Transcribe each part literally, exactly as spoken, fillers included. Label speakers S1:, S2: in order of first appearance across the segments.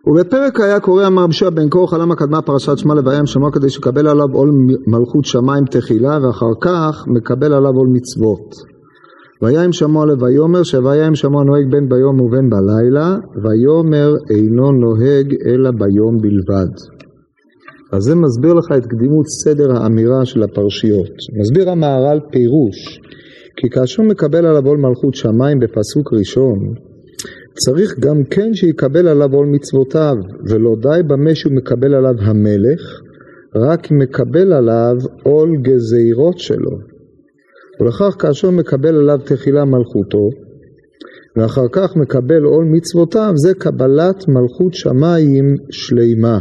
S1: ובפרק היה קורא אמר בשוע בן קורח למה קדמה פרשת שמע לוויים שמו כדי שקבל עליו עול מלכות שמיים תחילה ואחר כך מקבל עליו עול מצוות. והיה שמוע לוויומר שהיה שמוע נוהג בין ביום ובין בלילה ויומר אינו נוהג אלא ביום בלבד. אז זה מסביר לך את קדימות סדר האמירה של הפרשיות. מסביר המהר"ל פירוש כי כאשר מקבל עליו עול מלכות שמיים בפסוק ראשון צריך גם כן שיקבל עליו עול מצוותיו, ולא די במה שהוא מקבל עליו המלך, רק מקבל עליו עול גזירות שלו. ולכך כאשר מקבל עליו תחילה מלכותו, ואחר כך מקבל עול מצוותיו, זה קבלת מלכות שמיים שלימה.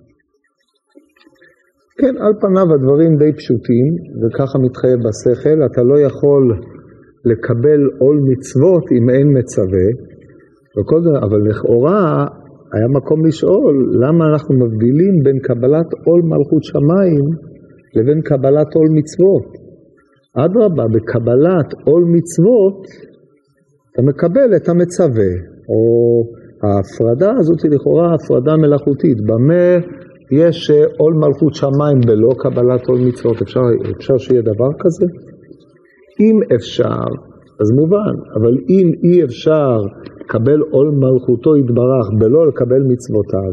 S1: כן, על פניו הדברים די פשוטים, וככה מתחייב בשכל, אתה לא יכול לקבל עול מצוות אם אין מצווה, וכל זה, אבל לכאורה היה מקום לשאול למה אנחנו מבדילים בין קבלת עול מלכות שמיים לבין קבלת עול מצוות. אדרבה, בקבלת עול מצוות אתה מקבל את המצווה, או ההפרדה הזאת היא לכאורה הפרדה מלאכותית. במה יש עול מלכות שמיים בלא קבלת עול מצוות? אפשר, אפשר שיהיה דבר כזה? אם אפשר, אז מובן, אבל אם אי אפשר לקבל עול מלכותו יתברך בלא לקבל מצוותיו,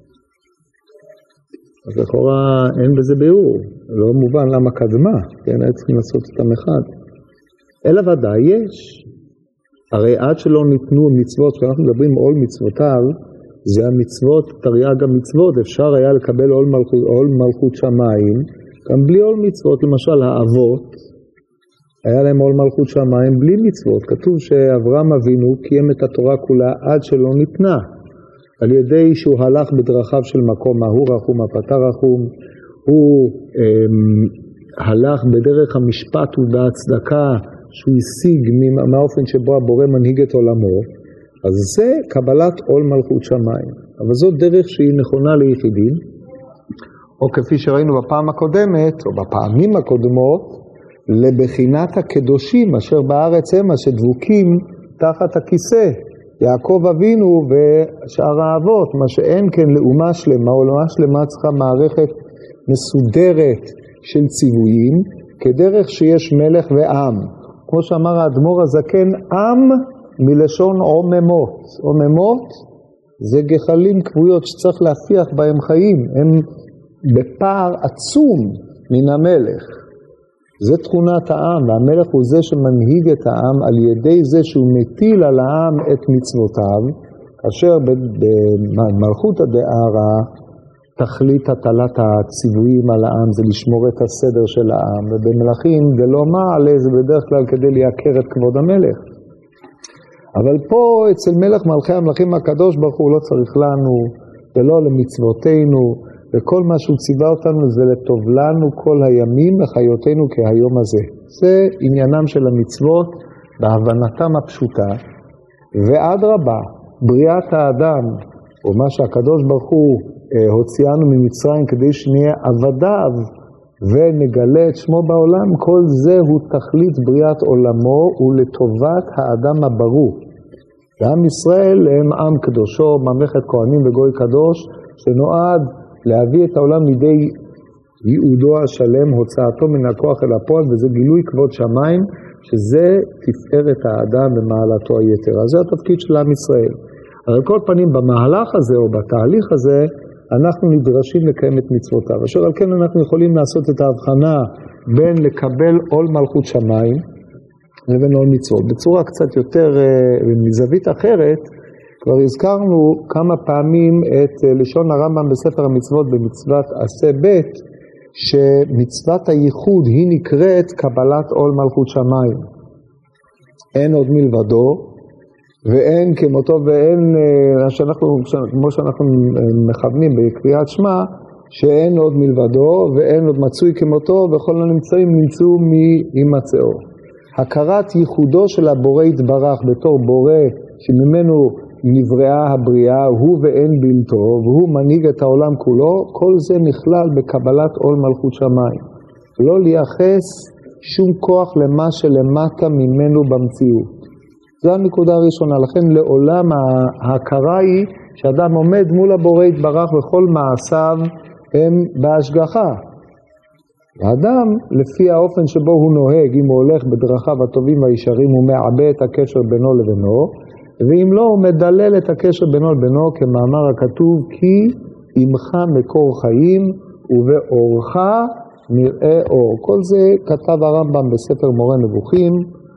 S1: אז לכאורה אין בזה ביאור, לא מובן למה קדמה, כן, היה צריכים לעשות אותם אחד. אלא ודאי יש, הרי עד שלא ניתנו מצוות, כשאנחנו מדברים עול מצוותיו, זה המצוות, תרי"ג המצוות, אפשר היה לקבל עול מלכות, עול מלכות שמיים, גם בלי עול מצוות, למשל האבות, היה להם עול מלכות שמיים בלי מצוות. כתוב שאברהם אבינו קיים את התורה כולה עד שלא ניתנה. על ידי שהוא הלך בדרכיו של מקום ההוא רחום הפתה רחום, הוא אמ, הלך בדרך המשפט ובהצדקה שהוא השיג מהאופן שבו הבורא מנהיג את עולמו. אז זה קבלת עול מלכות שמיים. אבל זו דרך שהיא נכונה ליחידים, או כפי שראינו בפעם הקודמת, או בפעמים הקודמות, לבחינת הקדושים אשר בארץ הם שדבוקים תחת הכיסא, יעקב אבינו ושאר האבות, מה שאין כן לאומה שלמה, או לאומה שלמה צריכה מערכת מסודרת של ציוויים, כדרך שיש מלך ועם. כמו שאמר האדמו"ר הזקן, עם מלשון עוממות. עוממות זה גחלים קבויות שצריך להפיח בהם חיים, הם בפער עצום מן המלך. זה תכונת העם, והמלך הוא זה שמנהיג את העם על ידי זה שהוא מטיל על העם את מצוותיו, כאשר במלכות הדערה תכלית הטלת הציוויים על העם זה לשמור את הסדר של העם, ובמלכים זה לא מעלה, זה בדרך כלל כדי לייקר את כבוד המלך. אבל פה אצל מלך מלכי המלכים הקדוש ברוך הוא לא צריך לנו ולא למצוותינו, וכל מה שהוא ציווה אותנו זה לטוב לנו כל הימים וחיותינו כהיום הזה. זה עניינם של המצוות בהבנתם הפשוטה. ועד רבה, בריאת האדם, או מה שהקדוש ברוך הוא אה, הוציאנו ממצרים כדי שנהיה עבדיו ונגלה את שמו בעולם, כל זה הוא תכלית בריאת עולמו ולטובת האדם הברור. ועם ישראל הם עם קדושו, ממלכת כהנים וגוי קדוש, שנועד להביא את העולם לידי ייעודו השלם, הוצאתו מן הכוח אל הפועל, וזה גילוי כבוד שמיים, שזה תפארת האדם במעלתו היתר. אז זה התפקיד של עם ישראל. אבל כל פנים במהלך הזה או בתהליך הזה, אנחנו נדרשים לקיים את מצוותיו. אשר על כן אנחנו יכולים לעשות את ההבחנה בין לקבל עול מלכות שמיים לבין עול מצוות. בצורה קצת יותר מזווית אחרת, כבר הזכרנו כמה פעמים את לשון הרמב"ם בספר המצוות במצוות עשה ב', שמצוות הייחוד היא נקראת קבלת עול מלכות שמיים. אין עוד מלבדו, ואין כמותו, ואין, שאנחנו, כמו שאנחנו מכוונים בקריאת שמע, שאין עוד מלבדו, ואין עוד מצוי כמותו, וכל הנמצאים נמצאו מהימצאו. הכרת ייחודו של הבורא יתברך בתור בורא שממנו נבראה הבריאה, הוא ואין בלתו, והוא מנהיג את העולם כולו, כל זה נכלל בקבלת עול מלכות שמיים. לא לייחס שום כוח למה שלמטה ממנו במציאות. זו הנקודה הראשונה, לכן לעולם ההכרה היא שאדם עומד מול הבורא יתברך וכל מעשיו הם בהשגחה. האדם, לפי האופן שבו הוא נוהג, אם הוא הולך בדרכיו הטובים והישרים, הוא מעבה את הקשר בינו לבינו, ואם לא, הוא מדלל את הקשר בינו לבינו, כמאמר הכתוב, כי עמך מקור חיים ובאורך נראה אור. כל זה כתב הרמב"ם בספר מורה נבוכים,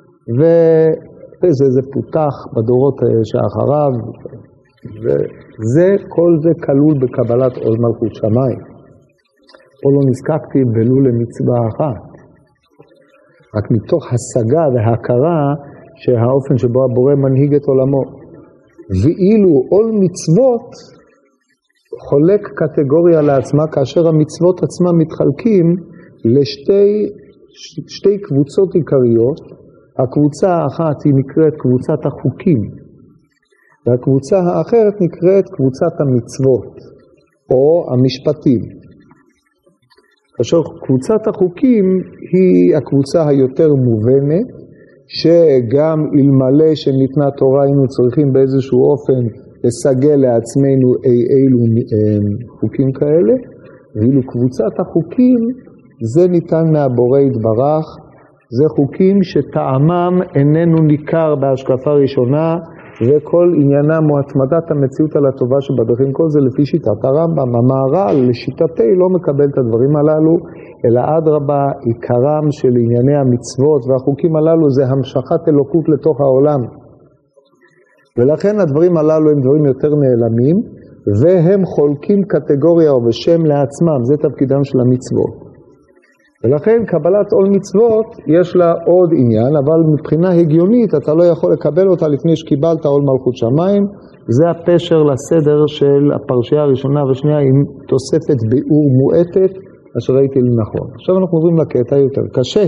S1: וזה זה פותח בדורות שאחריו, וזה, כל זה כלול בקבלת עול מלכות שמיים. פה לא נזקקתי ולו למצווה אחת, רק מתוך השגה והכרה שהאופן שבו הבורא מנהיג את עולמו. ואילו עול מצוות חולק קטגוריה לעצמה, כאשר המצוות עצמה מתחלקים לשתי שתי קבוצות עיקריות. הקבוצה האחת היא נקראת קבוצת החוקים, והקבוצה האחרת נקראת קבוצת המצוות או המשפטים. כאשר קבוצת החוקים היא הקבוצה היותר מובנת, שגם אלמלא שניתנה תורה היינו צריכים באיזשהו אופן לסגל לעצמנו אי אילו חוקים כאלה, ואילו קבוצת החוקים זה ניתן מהבורא יתברך, זה חוקים שטעמם איננו ניכר בהשקפה ראשונה, וכל עניינם הוא התמדת המציאות על הטובה שבדרכים. כל זה לפי שיטת הרמב"ם. המהר"ל לשיטתי לא מקבל את הדברים הללו, אלא אדרבה, עיקרם של ענייני המצוות והחוקים הללו זה המשכת אלוקות לתוך העולם. ולכן הדברים הללו הם דברים יותר נעלמים, והם חולקים קטגוריה ובשם לעצמם, זה תפקידם של המצוות. ולכן קבלת עול מצוות יש לה עוד עניין, אבל מבחינה הגיונית אתה לא יכול לקבל אותה לפני שקיבלת עול מלכות שמיים. זה הפשר לסדר של הפרשייה הראשונה והשנייה עם תוספת ביאור מועטת אשר ראיתי לנכון. עכשיו אנחנו עוברים לקטע יותר קשה.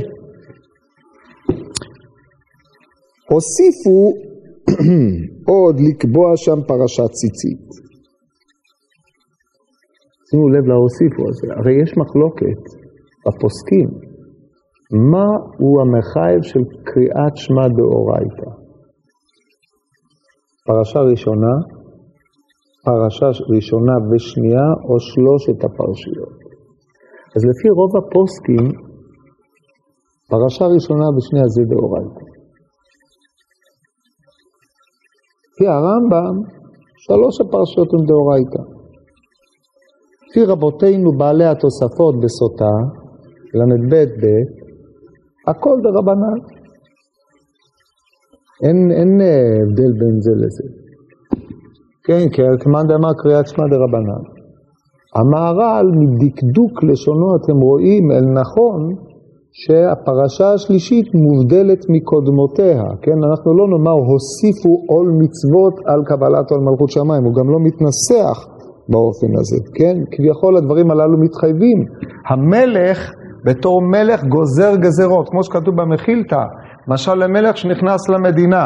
S1: הוסיפו עוד לקבוע שם פרשת ציצית. שימו לב להוסיפו הזה, הרי יש מחלוקת הפוסקים, מה הוא המחייב של קריאת שמע דאורייתא? פרשה ראשונה, פרשה ראשונה ושנייה, או שלושת הפרשיות. אז לפי רוב הפוסקים, פרשה ראשונה ושנייה זה דאורייתא. לפי הרמב"ם, שלוש הפרשיות הן דאורייתא. לפי רבותינו בעלי התוספות בסוטה, למד בית בית, הכל דרבנן. אין, אין הבדל בין זה לזה. כן, כמאן דאמר קריאת שמע דרבנן. המהר"ל מדקדוק לשונו אתם רואים אל נכון שהפרשה השלישית מובדלת מקודמותיה. כן, אנחנו לא נאמר הוסיפו עול מצוות על קבלת עול מלכות שמיים, הוא גם לא מתנסח באופן הזה. כן, כביכול הדברים הללו מתחייבים. המלך בתור מלך גוזר גזרות, כמו שכתוב במחילתא, משל למלך שנכנס למדינה,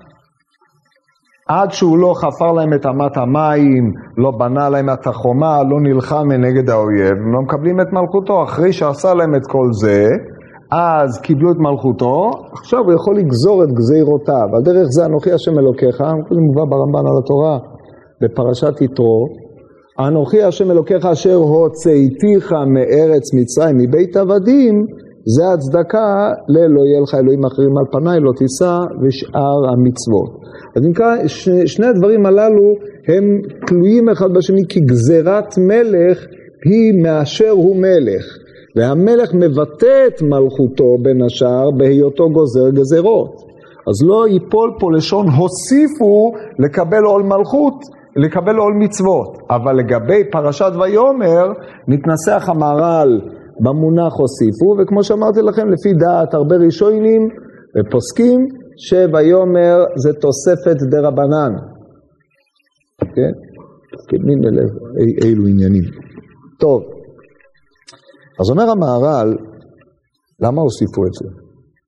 S1: עד שהוא לא חפר להם את אמת המים, לא בנה להם את החומה, לא נלחם נגד האויב, הם לא מקבלים את מלכותו. אחרי שעשה להם את כל זה, אז קיבלו את מלכותו, עכשיו הוא יכול לגזור את גזירותיו. על דרך זה אנוכי השם אלוקיך, זה מובא ברמב"ן על התורה, בפרשת יתרו, אנוכי השם אלוקיך אשר הוצאתיך מארץ מצרים מבית עבדים, זה הצדקה ללא יהיה לך אלוהים אחרים על פניי, לא תישא, ושאר המצוות. אז נקרא, שני, שני הדברים הללו הם תלויים אחד בשני, כי גזירת מלך היא מאשר הוא מלך, והמלך מבטא את מלכותו בין השאר בהיותו גוזר גזירות. אז לא ייפול פה לשון הוסיפו לקבל עול מלכות, לקבל עול מצוות. אבל לגבי פרשת ויאמר מתנסח המהר"ל במונח הוסיפו, וכמו שאמרתי לכם לפי דעת הרבה ראשונים ופוסקים שויאמר זה תוספת דרבנן. כן? כמין אלף אי, אילו עניינים. טוב, אז אומר המהר"ל, למה הוסיפו את זה?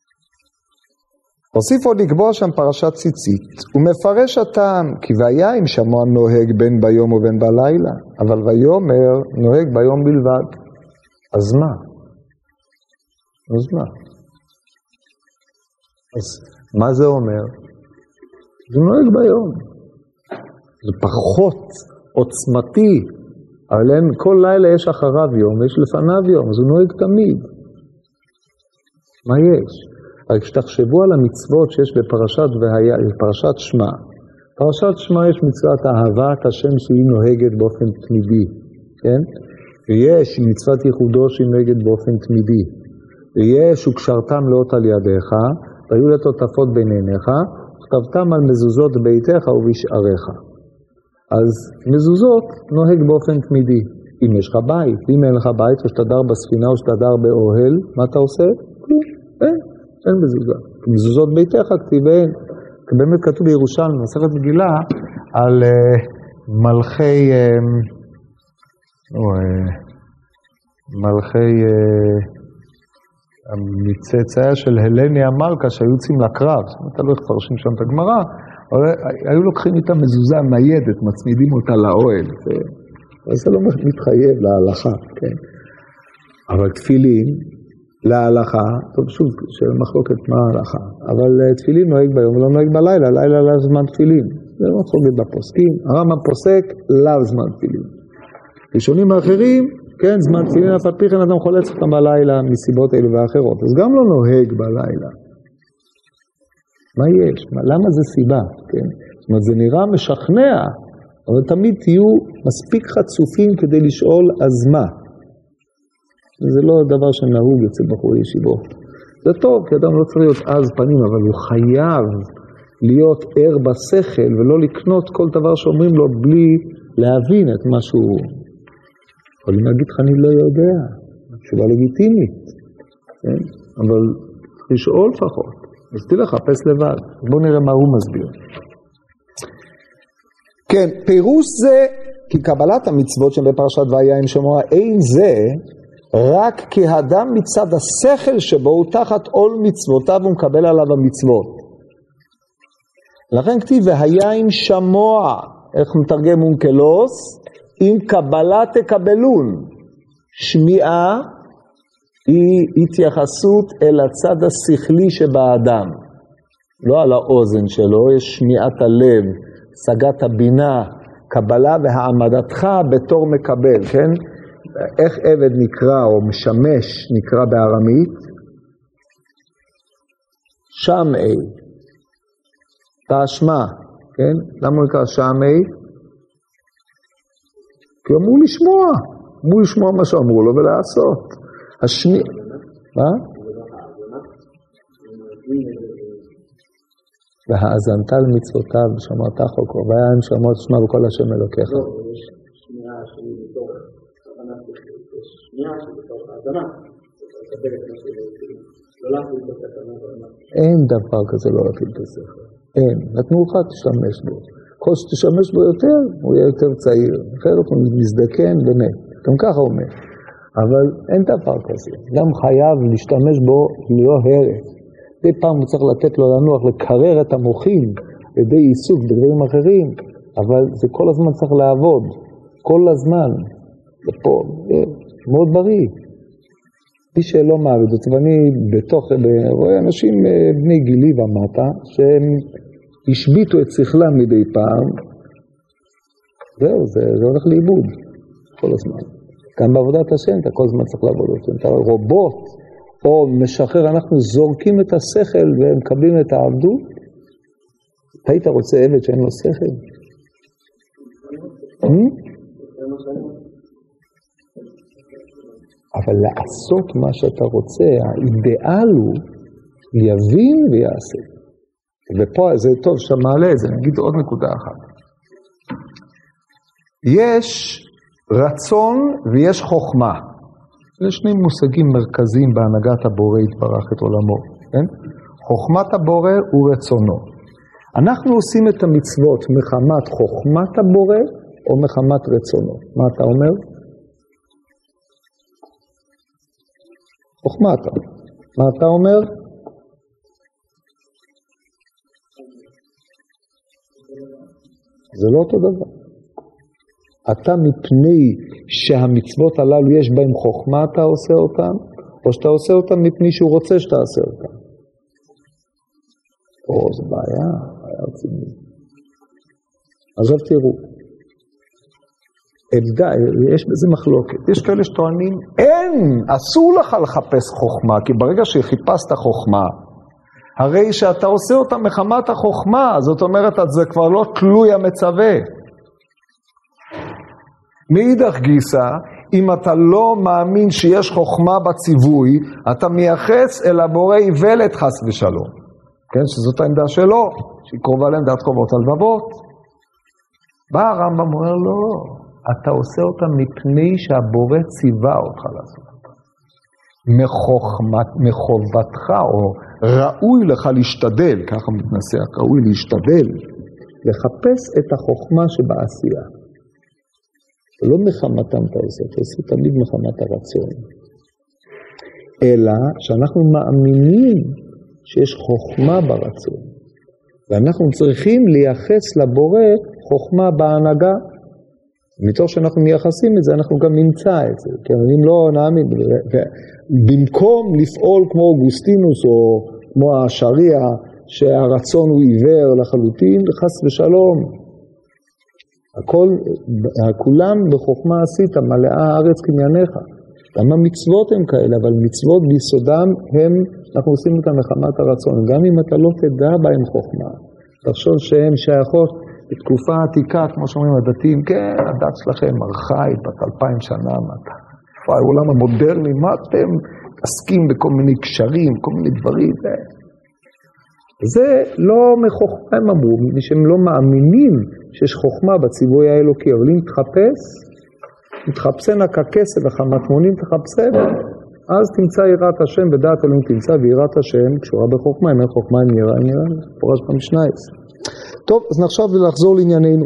S1: הוסיפו לקבוע שם פרשת ציצית, ומפרש הטעם, כי והיה אם שמוע נוהג בין ביום ובין בלילה, אבל ויאמר נוהג ביום בלבד. אז מה? אז מה? אז מה זה אומר? זה נוהג ביום. זה פחות עוצמתי, אבל אין, כל לילה יש אחריו יום, ויש לפניו יום, אז הוא נוהג תמיד. מה יש? רק שתחשבו על המצוות שיש בפרשת והיה, בפרשת שמע. בפרשת שמע יש מצוות אהבת השם שהיא נוהגת באופן תמידי, כן? ויש מצוות ייחודו שהיא נוהגת באופן תמידי. ויש וקשרתם לאות על ידיך, והיו לטוטפות בין עיניך, וכתבתם על מזוזות ביתך ובשעריך. אז מזוזות נוהג באופן תמידי. אם יש לך בית, אם אין לך בית, או שאתה דר בספינה או שאתה דר באוהל, מה אתה עושה? כלום, אין, אין מזוזה. מזוזות ביתך כתיבן. כי באמת כתוב בירושלים, מסכת מגילה, על uh, מלכי, uh, uh, מלכי uh, מצאצאיה של הלני המלכה שהיו יוצאים לקרב, זאת אומרת, לא יפרשים שם את הגמרא, אבל היו לוקחים איתה מזוזה ניידת, מצמידים אותה לאוהל, אז זה לא מתחייב להלכה, כן? אבל תפילין, להלכה, טוב שוב, של מחלוקת מה ההלכה, אבל תפילין נוהג ביום ולא נוהג בלילה, לילה לא זמן תפילין, זה לא מחלוקת בפוסקים, הרמב"ם פוסק, לא זמן תפילין. ראשונים האחרים, כן, זמן תפילין, אף על פי כן אדם חולץ אותם בלילה מסיבות האלה ואחרות, אז גם לא נוהג בלילה. מה יש? מה, למה זה סיבה? כן? זאת אומרת, זה נראה משכנע, אבל תמיד תהיו מספיק חצופים כדי לשאול אז מה. זה לא דבר שנהוג אצל בחורי ישיבות. זה טוב, כי אדם לא צריך להיות אז פנים, אבל הוא חייב להיות ער בשכל, ולא לקנות כל דבר שאומרים לו בלי להבין את מה שהוא... יכולים להגיד לך, אני לא יודע, תשובה לגיטימית, כן? אבל לשאול פחות, אז תלך לחפש לבד, בואו נראה מה הוא מסביר. כן, פירוש זה, כי קבלת המצוות שבפרשת והיה עם שמוע, אין זה, רק כי האדם מצד השכל שבו הוא תחת עול מצוותיו, הוא מקבל עליו המצוות. לכן כתיב, והיה עם שמוע, איך מתרגם אונקלוס, עם קבלה תקבלון. שמיעה היא התייחסות אל הצד השכלי שבאדם. לא על האוזן שלו, יש שמיעת הלב, השגת הבינה, קבלה והעמדתך בתור מקבל, כן? איך עבד נקרא או משמש נקרא בארמית? שמעי. תשמע, כן? למה הוא נקרא שמעי? כי אמרו לשמוע, אמרו לשמוע מה שאמרו לו ולעשות. השמיע... מה? והאזנת על מצוותיו ושמרת חוקו, והיה עם שמות תשמע בכל השם אלוקיך.
S2: לא, יש שמיעה שהיא בתוך הבנה, יש שמיעה שהיא בתוך האזנה, לקבל את מה שהיא, לא להפעיל את התקנה.
S1: אין דבר כזה לא להפעיל את השכל. אין, נתנו לך תשתמש בו. כל שתשמש בו יותר, הוא יהיה יותר צעיר. אחרת הוא מזדקן ומת. גם ככה הוא מת. אבל אין דבר כזה. גם חייב להשתמש בו לא הרף. די פעם הוא צריך לתת לו לנוח, לקרר את המוחים, לידי עיסוק בדברים אחרים, אבל זה כל הזמן צריך לעבוד. כל הזמן. ופה, מאוד בריא. מי שלא מעבד אותו, ואני בתוך, רואה אנשים בני גילי ומטה, שהם השביטו את שכלם מדי פעם, זהו, זה, זה הולך לאיבוד כל הזמן. גם בעבודת השם, אתה כל הזמן צריך לעבוד אותו. אתה רובוט, או משחרר, אנחנו זורקים את השכל ומקבלים את העבדות. אתה היית רוצה עבד שאין לו שכל? אבל לעשות מה שאתה רוצה, האידאל הוא יבין ויעשה. ופה זה טוב שאתה מעלה את זה, נגיד עוד נקודה אחת. יש רצון ויש חוכמה. זה שני מושגים מרכזיים בהנהגת הבורא יתברך את עולמו. כן? חוכמת הבורא הוא רצונו. אנחנו עושים את המצוות מחמת חוכמת הבורא או מחמת רצונו. מה אתה אומר? חוכמת. מה אתה אומר? זה לא אותו דבר. אתה מפני שהמצוות הללו יש בהם חוכמה אתה עושה אותם, או שאתה עושה אותם מפני שהוא רוצה שאתה עושה אותם. או, זה בעיה, בעיה רצינית. עכשיו תראו, יש בזה מחלוקת, יש כאלה שטוענים, אין, אסור לך לחפש חוכמה, כי ברגע שחיפשת חוכמה, הרי שאתה עושה אותה מחמת החוכמה, זאת אומרת, זה כבר לא תלוי המצווה. מאידך גיסא, אם אתה לא מאמין שיש חוכמה בציווי, אתה מייחס אל הבורא איוולת חס ושלום. כן, שזאת העמדה שלו, שהיא קרובה לעמדת קרובות הלבבות. בא הרמב"ם אומר לו, אתה עושה אותה מפני שהבורא ציווה אותך לעשות אותה. מחוכמת, מחובתך, או ראוי לך להשתדל, ככה מתנסח, ראוי להשתדל, לחפש את החוכמה שבעשייה. לא מחמתם אתה עושה, אתה עושה תמיד מחמת הרצון. אלא שאנחנו מאמינים שיש חוכמה ברצון. ואנחנו צריכים לייחס לבורא חוכמה בהנהגה. מתוך שאנחנו מייחסים את זה, אנחנו גם נמצא את זה. כי אם לא נאמין, במקום לפעול כמו אוגוסטינוס או כמו השריע, שהרצון הוא עיוור לחלוטין, חס ושלום. הכל, כולם בחוכמה עשית, מלאה הארץ קנייניך. גם המצוות הם כאלה, אבל מצוות ביסודם הם, אנחנו עושים אותם מחמת הרצון. גם אם אתה לא תדע בהם חוכמה, תחשוב שהם שייכות בתקופה עתיקה, כמו שאומרים הדתיים, כן, הדת שלכם ארכאית, בת אלפיים שנה, העולם המודרני, מה אתם עסקים בכל מיני קשרים, כל מיני דברים, זה, זה לא מחוכמה, הם אמרו, מפני שהם לא מאמינים שיש חוכמה בציווי האלוקי, אבל אם תחפש, תחפשנה ככסף וחמטמונים תחפשנה, אז תמצא יראת השם, בדעת אלוהים תמצא, ויראת השם קשורה בחוכמה, אם אין חוכמה, אם יראה, אם יראה, פורש במשנה עשרה. טוב, אז נחשב ולחזור לענייננו.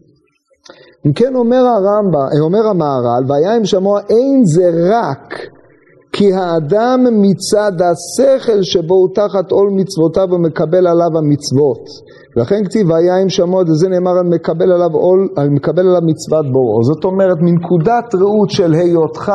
S1: אם כן אומר הרמב"ם, אומר המהר"ל, והיה אם שמוע אין זה רק כי האדם מצד השכל שבו הוא תחת עול מצוותיו ומקבל עליו המצוות. לכן כתיב והיה אם שמוע, זה נאמר על מקבל עליו עול, על מקבל עליו מצוות בוראו. זאת אומרת, מנקודת ראות של היותך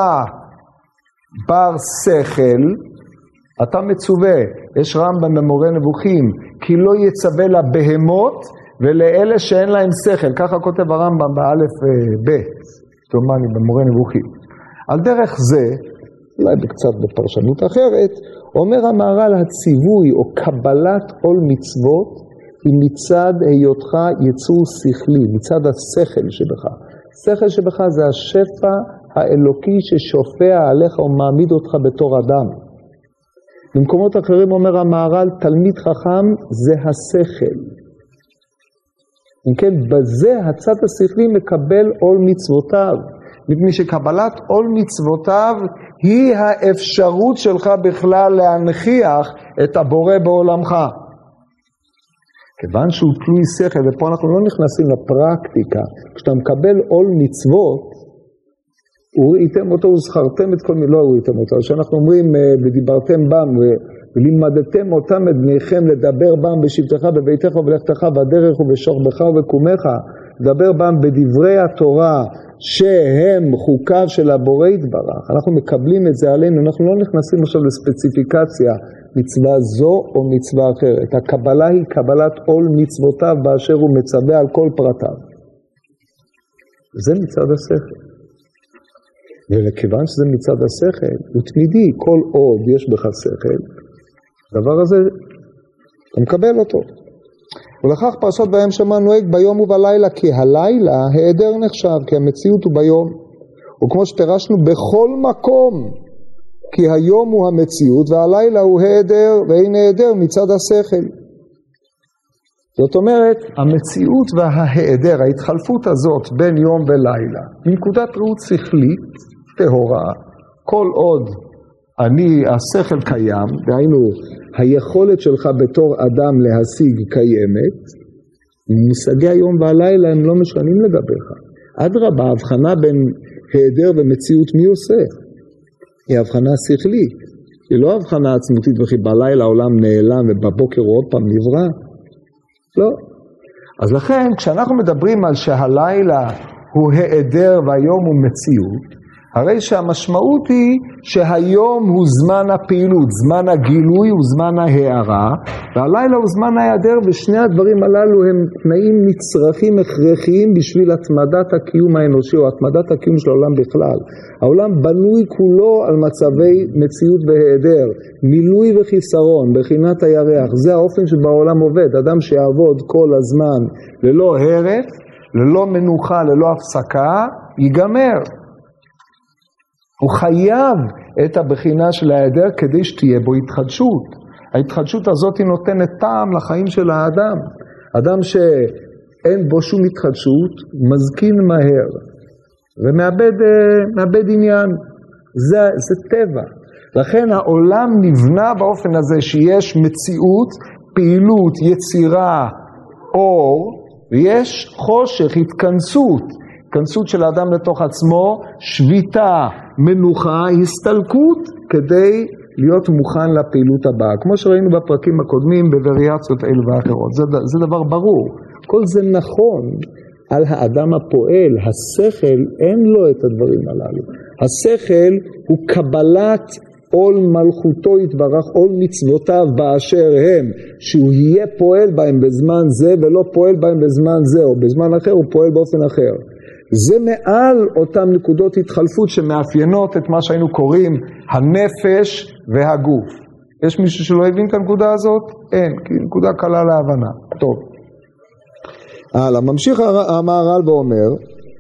S1: בר שכל, אתה מצווה, יש רמב"ם במורה נבוכים, כי לא יצווה לבהמות ולאלה שאין להם שכל, ככה כותב הרמב"ם באלף ב', תאמני במורה נבוכים. על דרך זה, אולי בקצת בפרשנות אחרת, אומר המהר"ל הציווי או קבלת עול מצוות, היא מצד היותך יצור שכלי, מצד השכל שבך. שכל שבך זה השפע האלוקי ששופע עליך ומעמיד אותך בתור אדם. במקומות אחרים אומר המהר"ל, תלמיד חכם זה השכל. אם כן, בזה הצד השכלי מקבל עול מצוותיו. מפני שקבלת עול מצוותיו היא האפשרות שלך בכלל להנכיח את הבורא בעולמך. כיוון שהוא תלוי שכל, ופה אנחנו לא נכנסים לפרקטיקה, כשאתה מקבל עול מצוות, הוא ראיתם אותו, הוא זכרתם את כל מיני, לא הוא ראיתם אותו, שאנחנו אומרים, ודיברתם בם, ולימדתם אותם את בניכם לדבר בם בשבתך בביתך ובלכתך, בדרך ובשוכבך ובקומך, לדבר בם בדברי התורה, שהם חוקיו של הבורא יתברך. אנחנו מקבלים את זה עלינו, אנחנו לא נכנסים עכשיו לספציפיקציה, מצווה זו או מצווה אחרת. הקבלה היא קבלת עול מצוותיו באשר הוא מצווה על כל פרטיו. זה מצד השכל. וכיוון שזה מצד השכל, הוא תמידי, כל עוד יש בך שכל, הדבר הזה, אתה מקבל אותו. ולכך פרשת בהם שמע נוהג ביום ובלילה, כי הלילה העדר נחשב, כי המציאות הוא ביום. וכמו שפרשנו בכל מקום, כי היום הוא המציאות, והלילה הוא העדר, ואין העדר מצד השכל. זאת אומרת, המציאות וההעדר, ההתחלפות הזאת בין יום ולילה, מנקודת ראות שכלית, טהורה, כל עוד אני, השכל קיים, דהיינו, היכולת שלך בתור אדם להשיג קיימת, מושגי היום והלילה הם לא משנים לגביך. אדרבה, ההבחנה בין היעדר ומציאות מי עושה? היא הבחנה שכלית. היא לא הבחנה עצמותית וכי בלילה העולם נעלם ובבוקר הוא עוד פעם נברא. לא. אז לכן, כשאנחנו מדברים על שהלילה הוא היעדר והיום הוא מציאות, הרי שהמשמעות היא שהיום הוא זמן הפעילות, זמן הגילוי הוא זמן ההערה, והלילה הוא זמן ההיעדר, ושני הדברים הללו הם תנאים נצרכים הכרחיים בשביל התמדת הקיום האנושי, או התמדת הקיום של העולם בכלל. העולם בנוי כולו על מצבי מציאות והיעדר, מילוי וחיסרון, בחינת הירח, זה האופן שבעולם עובד, אדם שיעבוד כל הזמן ללא הרף, ללא מנוחה, ללא הפסקה, ייגמר. הוא חייב את הבחינה של ההיעדר כדי שתהיה בו התחדשות. ההתחדשות הזאת היא נותנת טעם לחיים של האדם. אדם שאין בו שום התחדשות, מזקין מהר ומאבד מאבד עניין. זה, זה טבע. לכן העולם נבנה באופן הזה שיש מציאות, פעילות, יצירה, אור, ויש חושך, התכנסות. התכנסות של האדם לתוך עצמו, שביתה, מנוחה, הסתלקות, כדי להיות מוכן לפעילות הבאה. כמו שראינו בפרקים הקודמים, בווריאציות אלה ואחרות. זה, זה דבר ברור. כל זה נכון על האדם הפועל. השכל, אין לו את הדברים הללו. השכל הוא קבלת עול מלכותו יתברך, עול מצוותיו באשר הם, שהוא יהיה פועל בהם בזמן זה, ולא פועל בהם בזמן זה, או בזמן אחר הוא פועל באופן אחר. זה מעל אותם נקודות התחלפות שמאפיינות את מה שהיינו קוראים הנפש והגוף. יש מישהו שלא הבין את הנקודה הזאת? אין, כי נקודה קלה להבנה. טוב. הלאה, ממשיך המהר"ל ואומר,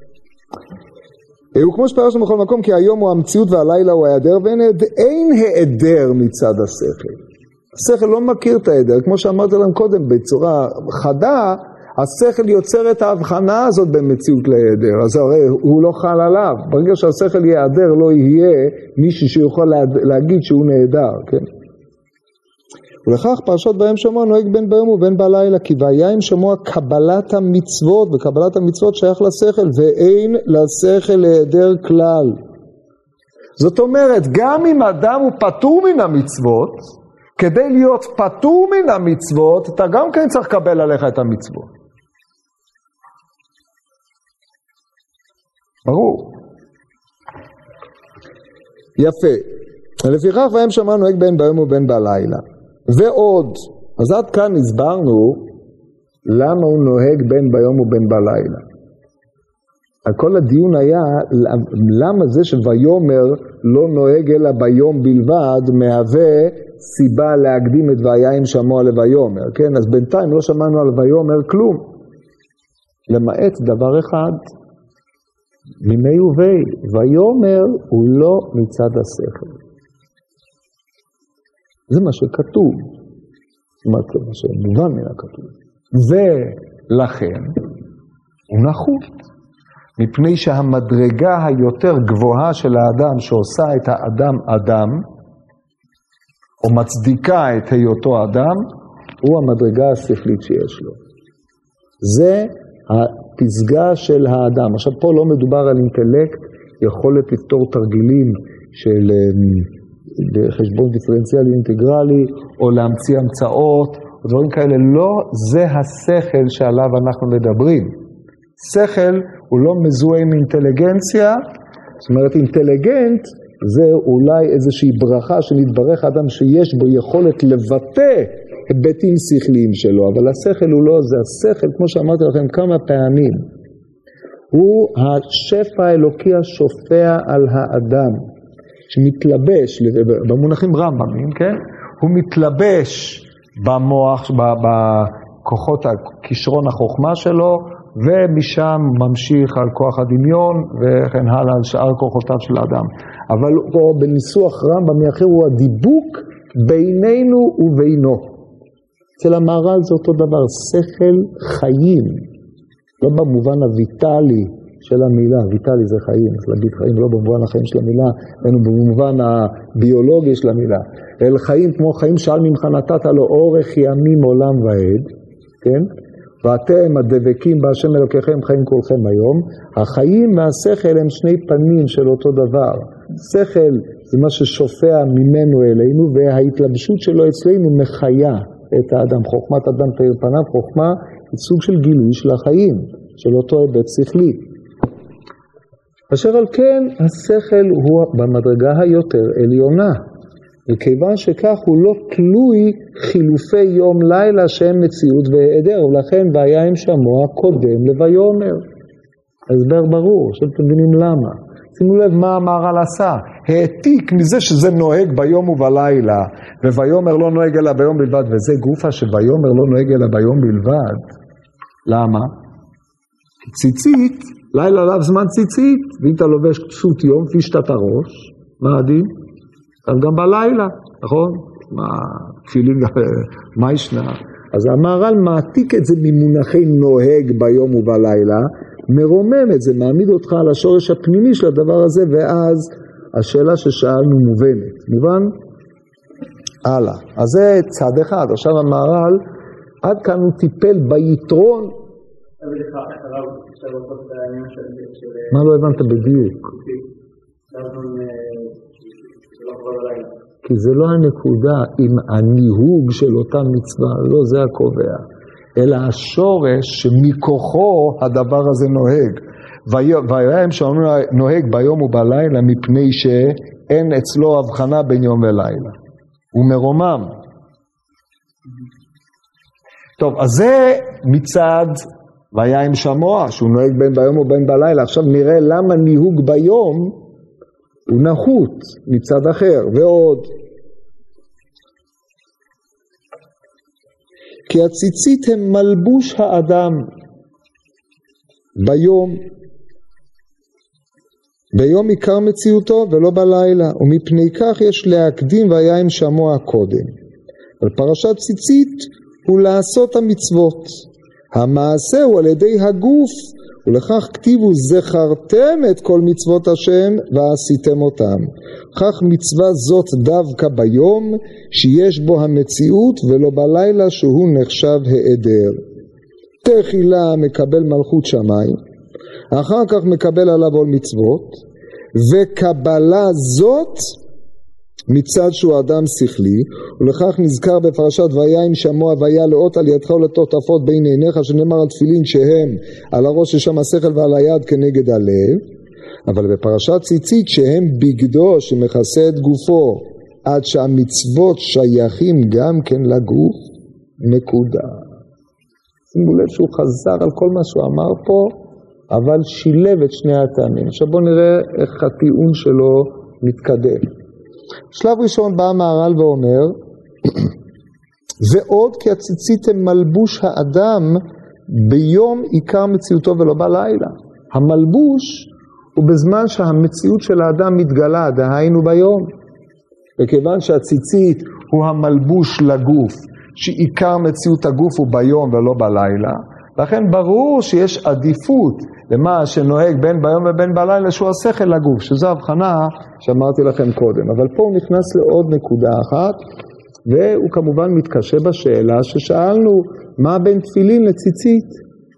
S1: הוא כמו שפרשנו בכל מקום, כי היום הוא המציאות והלילה הוא ההיעדר, ואין היעדר מצד השכל. השכל לא מכיר את ההיעדר, כמו שאמרתי להם קודם, בצורה חדה, השכל יוצר את ההבחנה הזאת במציאות להיעדר, אז הרי הוא לא חל עליו. ברגע שהשכל ייעדר לא יהיה מישהו שיכול להגיד שהוא נהדר, כן? ולכך פרשות בהם שמוע נוהג בין ביום ובין בלילה, כי והיה עם שמוע קבלת המצוות, וקבלת המצוות שייך לשכל, ואין לשכל להיעדר כלל. זאת אומרת, גם אם אדם הוא פטור מן המצוות, כדי להיות פטור מן המצוות, אתה גם כן צריך לקבל עליך את המצוות. ברור. יפה. לפיכך והם שמע נוהג בין ביום ובין בלילה. ועוד, אז עד כאן הסברנו למה הוא נוהג בין ביום ובין בלילה. כל הדיון היה למה זה שויומר לא נוהג אלא ביום בלבד מהווה סיבה להקדים את והיה עם שמוע לויומר, כן? אז בינתיים לא שמענו על ויומר כלום, למעט דבר אחד, מימי ובי, ויומר הוא לא מצד השכל. זה מה שכתוב, זה מה שמובן מן הכתוב. ולכן הוא נחות, מפני שהמדרגה היותר גבוהה של האדם שעושה את האדם אדם, או מצדיקה את היותו אדם, הוא המדרגה השכלית שיש לו. זה הפסגה של האדם. עכשיו פה לא מדובר על אינטלקט, יכולת לפתור תרגילים של חשבון דיפרנציאלי אינטגרלי, או להמציא המצאות, או דברים כאלה. לא, זה השכל שעליו אנחנו מדברים. שכל הוא לא מזוהה עם אינטליגנציה, זאת אומרת אינטליגנט זה אולי איזושהי ברכה שנתברך אדם שיש בו יכולת לבטא היבטים שכליים שלו, אבל השכל הוא לא זה. השכל, כמו שאמרתי לכם כמה פעמים, הוא השפע האלוקי השופע על האדם, שמתלבש, במונחים רמב"מים, כן? הוא מתלבש במוח, בכוחות הכישרון החוכמה שלו, ומשם ממשיך על כוח הדמיון, וכן הלאה על שאר כוחותיו של האדם. אבל פה בניסוח רמב"ם אחר הוא הדיבוק בינינו ובינו. אצל המהר"ל זה אותו דבר, שכל חיים, לא במובן הויטלי של המילה, ויטלי זה חיים, אז להגיד חיים לא במובן החיים של המילה, אלא במובן הביולוגי של המילה, אל חיים כמו חיים שאל ממך נתת לו אורך ימים עולם ועד, כן? ואתם הדבקים בהשם אלוקיכם חיים כולכם היום. החיים והשכל הם שני פנים של אותו דבר. שכל זה מה ששופע ממנו אלינו, וההתלבשות שלו אצלנו מחיה את האדם. חוכמת אדם תאיר פניו, חוכמה היא סוג של גילוי של החיים, של אותו היבט שכלי. אשר על כן השכל הוא במדרגה היותר עליונה, וכיוון שכך הוא לא תלוי חילופי יום לילה שהם מציאות והיעדר, ולכן והיה עם שמוע קודם לויאמר. הסבר ברור, עכשיו אתם מבינים למה. שימו לב מה המהר"ל עשה, העתיק מזה שזה נוהג ביום ובלילה, וויאמר לא נוהג אלא ביום בלבד, וזה גופה שויאמר לא נוהג אלא ביום בלבד. למה? כי ציצית, לילה עליו זמן ציצית, ואם אתה לובש כסות יום, פישת את הראש, מה הדין? אז גם בלילה, נכון? מה, תפילין, מה ישנה? אז המהר"ל מעתיק את זה ממונחי נוהג ביום ובלילה, מרומם את זה, מעמיד אותך על השורש הפנימי של הדבר הזה, ואז השאלה ששאלנו מובנת. מובן? הלאה. אז זה צד אחד. עכשיו המהר"ל, עד כאן הוא טיפל ביתרון. מה לא הבנת בדיוק? כי זה לא הנקודה עם הניהוג של אותה מצווה, לא זה הקובע, אלא השורש שמכוחו הדבר הזה נוהג. ויראה שאומרים נוהג ביום ובלילה מפני שאין אצלו הבחנה בין יום ולילה. הוא מרומם. טוב, אז זה מצד והיה עם שמוע, שהוא נוהג בין ביום ובין בלילה. עכשיו נראה למה ניהוג ביום הוא נחות מצד אחר. ועוד, כי הציצית הם מלבוש האדם ביום, ביום עיקר מציאותו ולא בלילה, ומפני כך יש להקדים והיה עם שמוע קודם. על פרשת ציצית הוא לעשות המצוות, המעשה הוא על ידי הגוף, ולכך כתיבו זכרתם את כל מצוות השם ועשיתם אותם. כך מצווה זאת דווקא ביום שיש בו המציאות ולא בלילה שהוא נחשב העדר. תחילה מקבל מלכות שמיים, אחר כך מקבל עליו עול מצוות, וקבלה זאת מצד שהוא אדם שכלי, ולכך נזכר בפרשת והיה עם שמוע והיה לאות על ידך ולטוטפות בין עיניך, שנאמר על תפילין שהם על הראש ששם השכל ועל היד כנגד הלב. אבל בפרשת ציצית שהם בגדו שמכסה את גופו עד שהמצוות שייכים גם כן לגוף, נקודה. שימו לב שהוא חזר על כל מה שהוא אמר פה, אבל שילב את שני הטעמים. עכשיו בואו נראה איך הטיעון שלו מתקדם. שלב ראשון בא המהר"ל ואומר, ועוד כי הציצית הם מלבוש האדם ביום עיקר מציאותו ולא בלילה. המלבוש הוא בזמן שהמציאות של האדם מתגלה, דהיינו ביום. וכיוון שהציצית הוא המלבוש לגוף, שעיקר מציאות הגוף הוא ביום ולא בלילה, לכן ברור שיש עדיפות למה שנוהג בין ביום ובין בלילה שהוא השכל לגוף, שזו הבחנה שאמרתי לכם קודם. אבל פה הוא נכנס לעוד נקודה אחת, והוא כמובן מתקשה בשאלה ששאלנו, מה בין תפילין לציצית?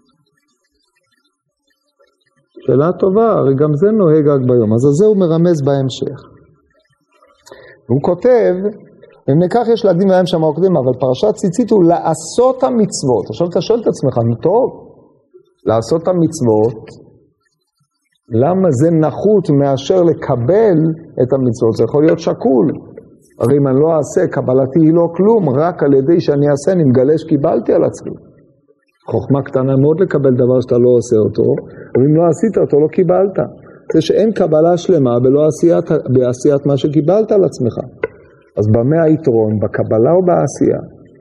S1: שאלה טובה, הרי גם זה נוהג רק ביום, אז על זה הוא מרמז בהמשך. והוא כותב, ומכך יש להקדים להם שם הקודם, אבל פרשת ציצית הוא לעשות המצוות. עכשיו אתה שואל את עצמך, נו טוב, לעשות המצוות, למה זה נחות מאשר לקבל את המצוות? זה יכול להיות שקול. הרי אם אני לא אעשה, קבלתי היא לא כלום, רק על ידי שאני אעשה, אני מגלה שקיבלתי על עצמי. חוכמה קטנה מאוד לקבל דבר שאתה לא עושה אותו, ואם לא עשית אותו, לא קיבלת. זה שאין קבלה שלמה בלא עשיית, בעשיית מה שקיבלת על עצמך. אז במה היתרון? בקבלה או בעשייה?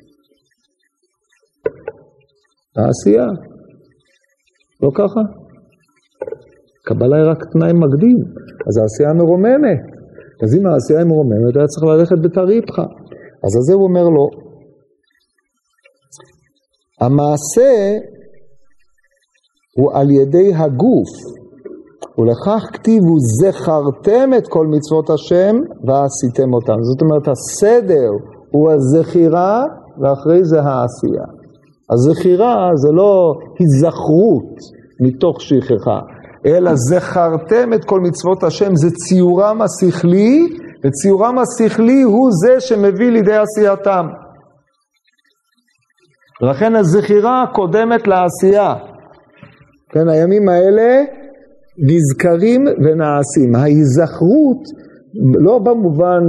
S1: בעשייה. לא ככה? קבלה היא רק תנאי מקדים, אז העשייה מרוממת. אז אם העשייה היא מרוממת, היה צריך ללכת בתריפך. אז על זה הוא אומר לו, המעשה הוא על ידי הגוף, ולכך כתיבו זכרתם את כל מצוות השם ועשיתם אותם. זאת אומרת, הסדר הוא הזכירה ואחרי זה העשייה. הזכירה זה לא היזכרות מתוך שכחה, אלא זכרתם את כל מצוות השם, זה ציורם השכלי, וציורם השכלי הוא זה שמביא לידי עשייתם. לכן הזכירה קודמת לעשייה. כן, הימים האלה נזכרים ונעשים. ההיזכרות, לא במובן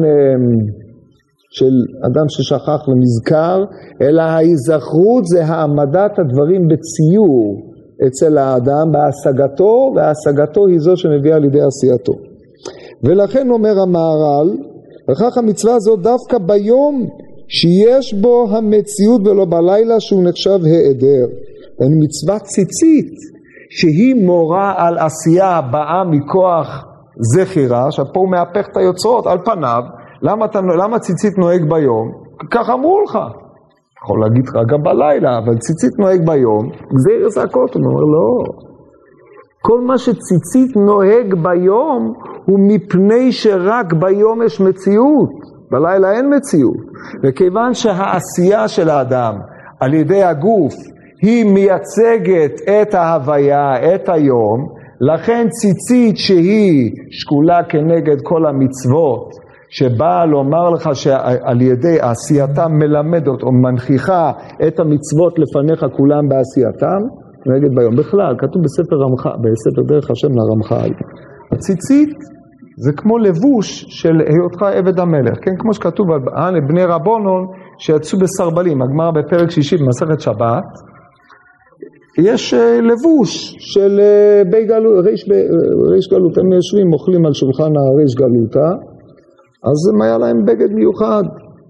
S1: של אדם ששכח ונזכר, אלא ההיזכרות זה העמדת הדברים בציור אצל האדם, בהשגתו, וההשגתו היא זו שמביאה לידי עשייתו. ולכן אומר המהר"ל, וכך המצווה הזאת דווקא ביום שיש בו המציאות ולא בלילה שהוא נחשב העדר. אין מצווה ציצית שהיא מורה על עשייה הבאה מכוח זכירה. עכשיו פה הוא מהפך את היוצרות על פניו. למה, אתה, למה ציצית נוהג ביום? כך אמרו לך. יכול להגיד לך גם בלילה, אבל ציצית נוהג ביום, גזיר זעקות. הוא אומר לא. כל מה שציצית נוהג ביום הוא מפני שרק ביום יש מציאות. בלילה אין מציאות. וכיוון שהעשייה של האדם על ידי הגוף היא מייצגת את ההוויה, את היום, לכן ציצית שהיא שקולה כנגד כל המצוות, שבאה לומר לך שעל ידי עשייתם מלמדת או מנכיחה את המצוות לפניך כולם בעשייתם, נגד ביום. בכלל, כתוב בספר, רמח, בספר דרך השם לרמח"ל, הציצית זה כמו לבוש של היותך עבד המלך, כן? כמו שכתוב על בני רבונון שיצאו בסרבלים, הגמרא בפרק שישי במסכת שבת, יש לבוש של בי גלות, ריש, ריש גלות, הם יושבים, אוכלים על שולחן הריש גלותה, אז היה להם בגד מיוחד,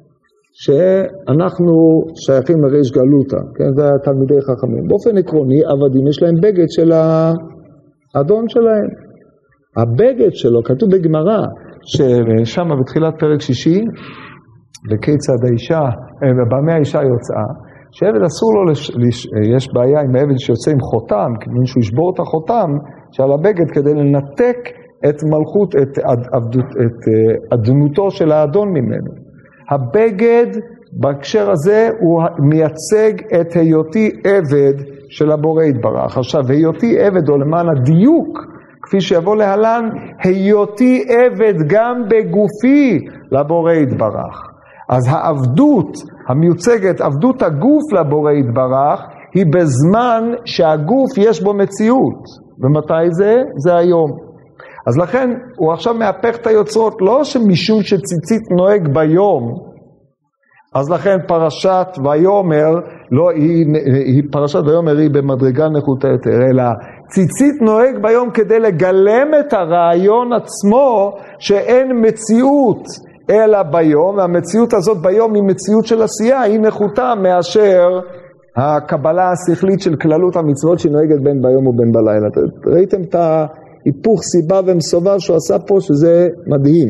S1: שאנחנו שייכים לריש גלותה, כן? זה תלמידי חכמים. באופן עקרוני, עבדים יש להם בגד של האדון שלהם. הבגד שלו, כתוב בגמרא, ששם בתחילת פרק שישי, וכיצד האישה, במה האישה יוצאה, שעבד אסור לו, לש... לש... יש בעיה עם העבד שיוצא עם חותם, כמובן שהוא ישבור את החותם שעל הבגד כדי לנתק את מלכות, את, עבדות, את אדנותו של האדון ממנו. הבגד בהקשר הזה הוא מייצג את היותי עבד של הבורא יתברך. עכשיו, היותי עבד או למען הדיוק, כפי שיבוא להלן, היותי עבד גם בגופי לבורא יתברך. אז העבדות המיוצגת, עבדות הגוף לבורא יתברך, היא בזמן שהגוף יש בו מציאות. ומתי זה? זה היום. אז לכן הוא עכשיו מהפך את היוצרות, לא שמשום שציצית נוהג ביום, אז לכן פרשת ויאמר, לא, היא, היא, פרשת ויאמר היא במדרגה נחותה יותר, אלא ציצית נוהג ביום כדי לגלם את הרעיון עצמו שאין מציאות אלא ביום, והמציאות הזאת ביום היא מציאות של עשייה, היא נחותה מאשר הקבלה השכלית של כללות המצוות שנוהגת בין ביום ובין בלילה. ראיתם את ההיפוך סיבה ומסובב שהוא עשה פה, שזה מדהים.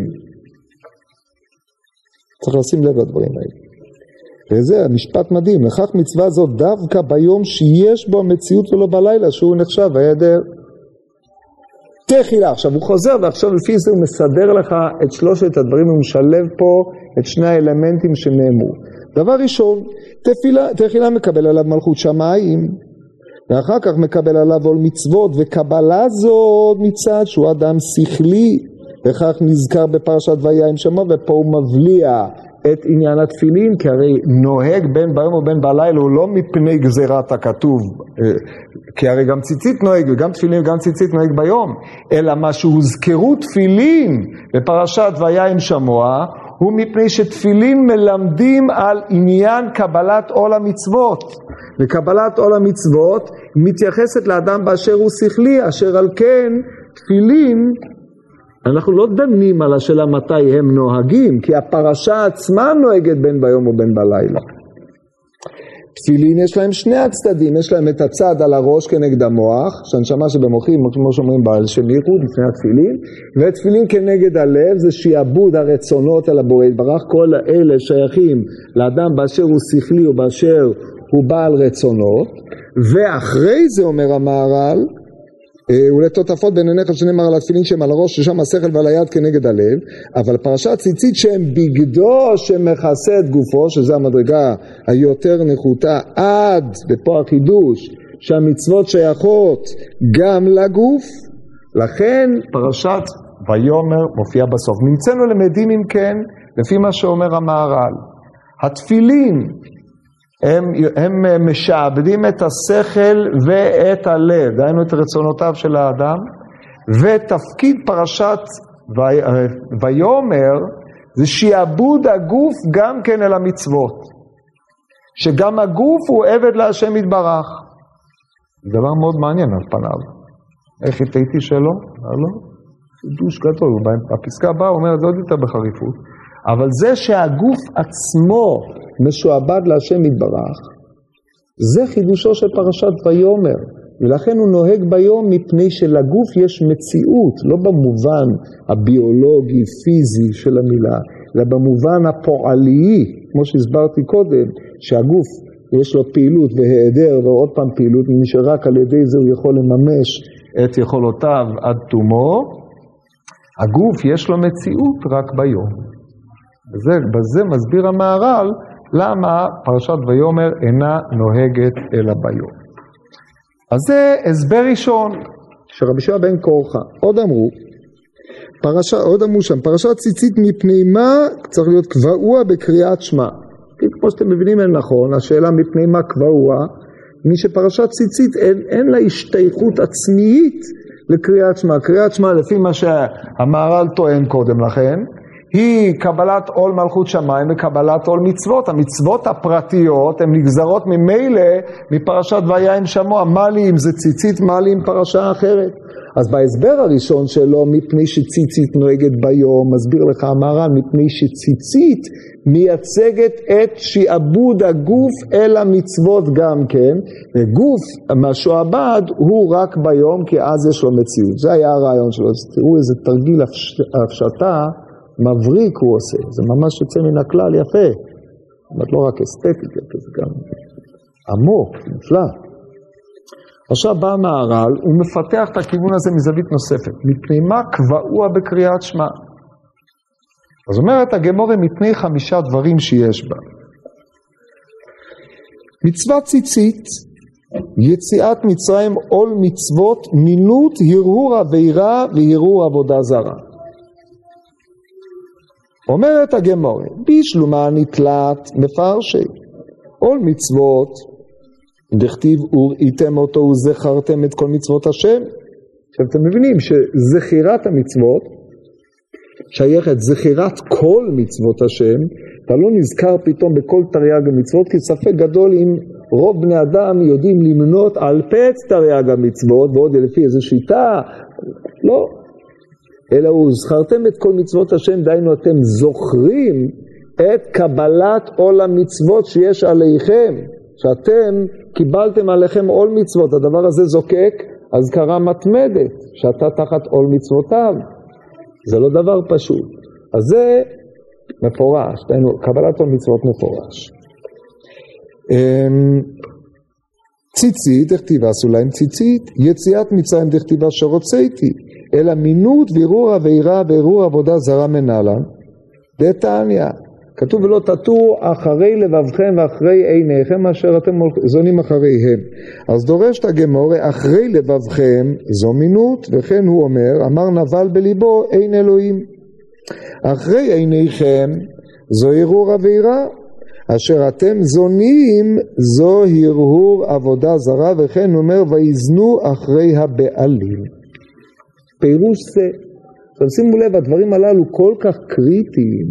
S1: צריך לשים לב לדברים האלה. וזה המשפט מדהים, לכך מצווה זאת דווקא ביום שיש בו המציאות ולא בלילה, שהוא נחשב היעדר. תחילה, עכשיו הוא חוזר ועכשיו לפי זה הוא מסדר לך את שלושת הדברים, הוא משלב פה את שני האלמנטים שנאמרו. דבר ראשון, תפילה, תחילה מקבל עליו מלכות שמיים, ואחר כך מקבל עליו עול מצוות, וקבלה זאת מצד שהוא אדם שכלי, וכך נזכר בפרשת ויהי שמו, ופה הוא מבליע את עניין התפילין, כי הרי נוהג בין ביום ובין בלילה, הוא לא מפני גזירת הכתוב, כי הרי גם ציצית נוהג, וגם תפילין וגם ציצית נוהג ביום, אלא מה שהוזכרו תפילין בפרשת ויהי שמוע, הוא מפני שתפילין מלמדים על עניין קבלת עול המצוות, וקבלת עול המצוות מתייחסת לאדם באשר הוא שכלי, אשר על כן תפילין, אנחנו לא דנים על השאלה מתי הם נוהגים, כי הפרשה עצמה נוהגת בין ביום ובין בלילה. תפילין יש להם שני הצדדים, יש להם את הצד על הראש כנגד המוח, שהנשמה שבמוחים, כמו שאומרים בעל שם ייחוד לפני התפילין, ותפילין כנגד הלב, זה שיעבוד הרצונות על הבורא יתברך, כל אלה שייכים לאדם באשר הוא שכלי או באשר הוא בעל רצונות, ואחרי זה אומר המהר"ל, ולתותפות בין עיניך שנאמר על התפילין שהם על הראש ששם השכל ועל היד כנגד הלב, אבל פרשת ציצית שהם בגדו שמכסה את גופו, שזה המדרגה היותר נחותה עד בפה החידוש שהמצוות שייכות גם לגוף, לכן פרשת ויאמר מופיע בסוף. נמצאנו למדים אם כן לפי מה שאומר המהר"ל, התפילין הם, הם משעבדים את השכל ואת הלב, דהיינו את רצונותיו של האדם, ותפקיד פרשת ויאמר זה שיעבוד הגוף גם כן אל המצוות, שגם הגוף הוא עבד להשם יתברך. דבר מאוד מעניין על פניו. איך התהיתי שלא? לא? חידוש גדול. בפסקה הבאה הוא אומר את זה עוד יותר בחריפות. אבל זה שהגוף עצמו משועבד להשם יתברך, זה חידושו של פרשת ויאמר. ולכן הוא נוהג ביום מפני שלגוף יש מציאות, לא במובן הביולוגי, פיזי של המילה, אלא במובן הפועלי, כמו שהסברתי קודם, שהגוף יש לו פעילות והיעדר ועוד פעם פעילות, שרק על ידי זה הוא יכול לממש את יכולותיו עד תומו. הגוף יש לו מציאות רק ביום. בזה, בזה מסביר המהר"ל למה פרשת ויאמר אינה נוהגת אלא ביום. אז זה הסבר ראשון שרבי יהושע בן קורחה. עוד אמרו, פרשה, עוד אמרו שם, פרשת ציצית מפני מה צריך להיות קבוע בקריאת שמע. כמו שאתם מבינים אין נכון, השאלה מפני מה קבוע, מי שפרשת ציצית אין, אין לה השתייכות עצמית לקריאת שמע. קריאת שמע לפי מה שהמהר"ל טוען קודם לכן, היא קבלת עול מלכות שמיים וקבלת עול מצוות. המצוות הפרטיות הן נגזרות ממילא מפרשת והיה עם שמוע. מה לי אם זה ציצית, מה לי עם פרשה אחרת? אז בהסבר הראשון שלו, מפני שציצית נוהגת ביום, מסביר לך המהר"ל, מפני שציצית מייצגת את שיעבוד הגוף אל המצוות גם כן, וגוף המשועבד הוא רק ביום, כי אז יש לו מציאות. זה היה הרעיון שלו. אז תראו איזה תרגיל הפשטה מבריק הוא עושה, זה ממש יוצא מן הכלל יפה. זאת אומרת, לא רק אסתטית, זה גם עמוק, נפלא. עכשיו בא המהר"ל, הוא מפתח את הכיוון הזה מזווית נוספת. מפני מה קבוע בקריאת שמע? אז אומרת הגמרא מפני חמישה דברים שיש בה. מצוות ציצית, יציאת מצרים, עול מצוות, מינות, הרהור עבירה והרהור עבודה זרה. אומרת הגמרא, בישלומה נתלת מפרשי, עול מצוות, דכתיב וראיתם אותו וזכרתם את כל מצוות השם. עכשיו אתם מבינים שזכירת המצוות שייכת זכירת כל מצוות השם, אתה לא נזכר פתאום בכל תרי"ג המצוות, כי ספק גדול אם רוב בני אדם יודעים למנות על פץ תרי"ג המצוות, ועוד לפי איזו שיטה, לא. אלא הוא זכרתם את כל מצוות השם, דיינו אתם זוכרים את קבלת עול המצוות שיש עליכם, שאתם קיבלתם עליכם עול מצוות. הדבר הזה זוקק אזכרה מתמדת, שאתה תחת עול מצוותיו. זה לא דבר פשוט. אז זה מפורש, דיינו, קבלת עול מצוות מפורש. ציצית, דכתיבה עשו להם ציצית, יציאת מצרים דכתיבה שרוציתי, אלא מינות והרהור עבירה והרהור עבודה זרה מנהלה. דתניא, כתוב ולא תטורו אחרי לבבכם ואחרי עיניכם אשר אתם זונים אחריהם. אז דורשת הגמרא, אחרי לבבכם זו מינות, וכן הוא אומר, אמר נבל בליבו אין אלוהים. אחרי עיניכם זו הרהור עבירה, אשר אתם זונים זו הרהור עבודה זרה, וכן הוא אומר ויזנו אחרי הבעלים. פירוש זה, עכשיו שימו לב, הדברים הללו כל כך קריטיים,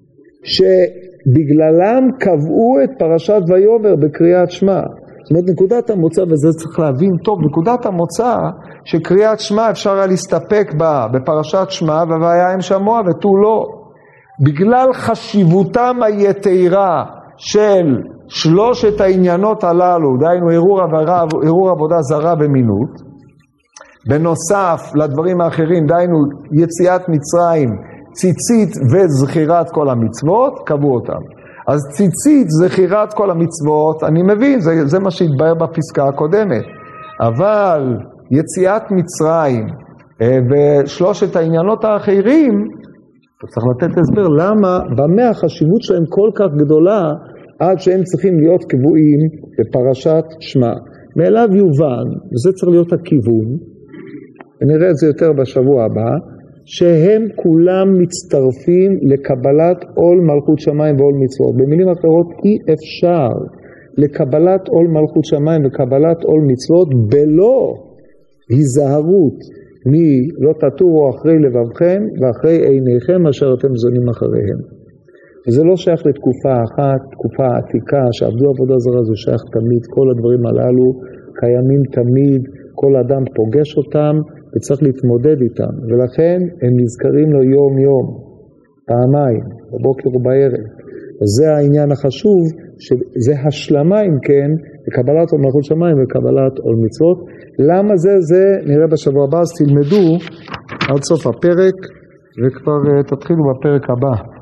S1: שבגללם קבעו את פרשת ויאמר בקריאת שמע. זאת אומרת, נקודת המוצא, וזה צריך להבין טוב, נקודת המוצא שקריאת שמע אפשר היה להסתפק בה בפרשת שמע, והיה עם שמוע ותו לא. בגלל חשיבותם היתרה של שלושת העניינות הללו, דהיינו הרהור עבירה, הרהור עבודה זרה ומינות, בנוסף לדברים האחרים, דהיינו יציאת מצרים, ציצית וזכירת כל המצוות, קבעו אותם. אז ציצית, זכירת כל המצוות, אני מבין, זה, זה מה שהתבהר בפסקה הקודמת. אבל יציאת מצרים ושלושת העניינות האחרים, צריך לתת הסבר למה, במה החשיבות שלהם כל כך גדולה, עד שהם צריכים להיות קבועים בפרשת שמע. מאליו יובן, וזה צריך להיות הכיוון, ונראה את זה יותר בשבוע הבא, שהם כולם מצטרפים לקבלת עול מלכות שמיים ועול מצוות. במילים אחרות, אי אפשר לקבלת עול מלכות שמיים וקבלת עול מצוות בלא היזהרות מי לא תטורו אחרי לבבכם ואחרי עיניכם אשר אתם זונים אחריהם. וזה לא שייך לתקופה אחת, תקופה עתיקה, שעבדו עבודה זרה, זה שייך תמיד, כל הדברים הללו קיימים תמיד, כל אדם פוגש אותם וצריך להתמודד איתם, ולכן הם נזכרים לו יום יום, פעמיים, בבוקר ובערב. וזה העניין החשוב, שזה השלמה אם כן, לקבלת עול מלכות שמיים וקבלת עול מצוות. למה זה? זה נראה בשבוע הבא, אז תלמדו עד סוף הפרק, וכבר תתחילו בפרק הבא.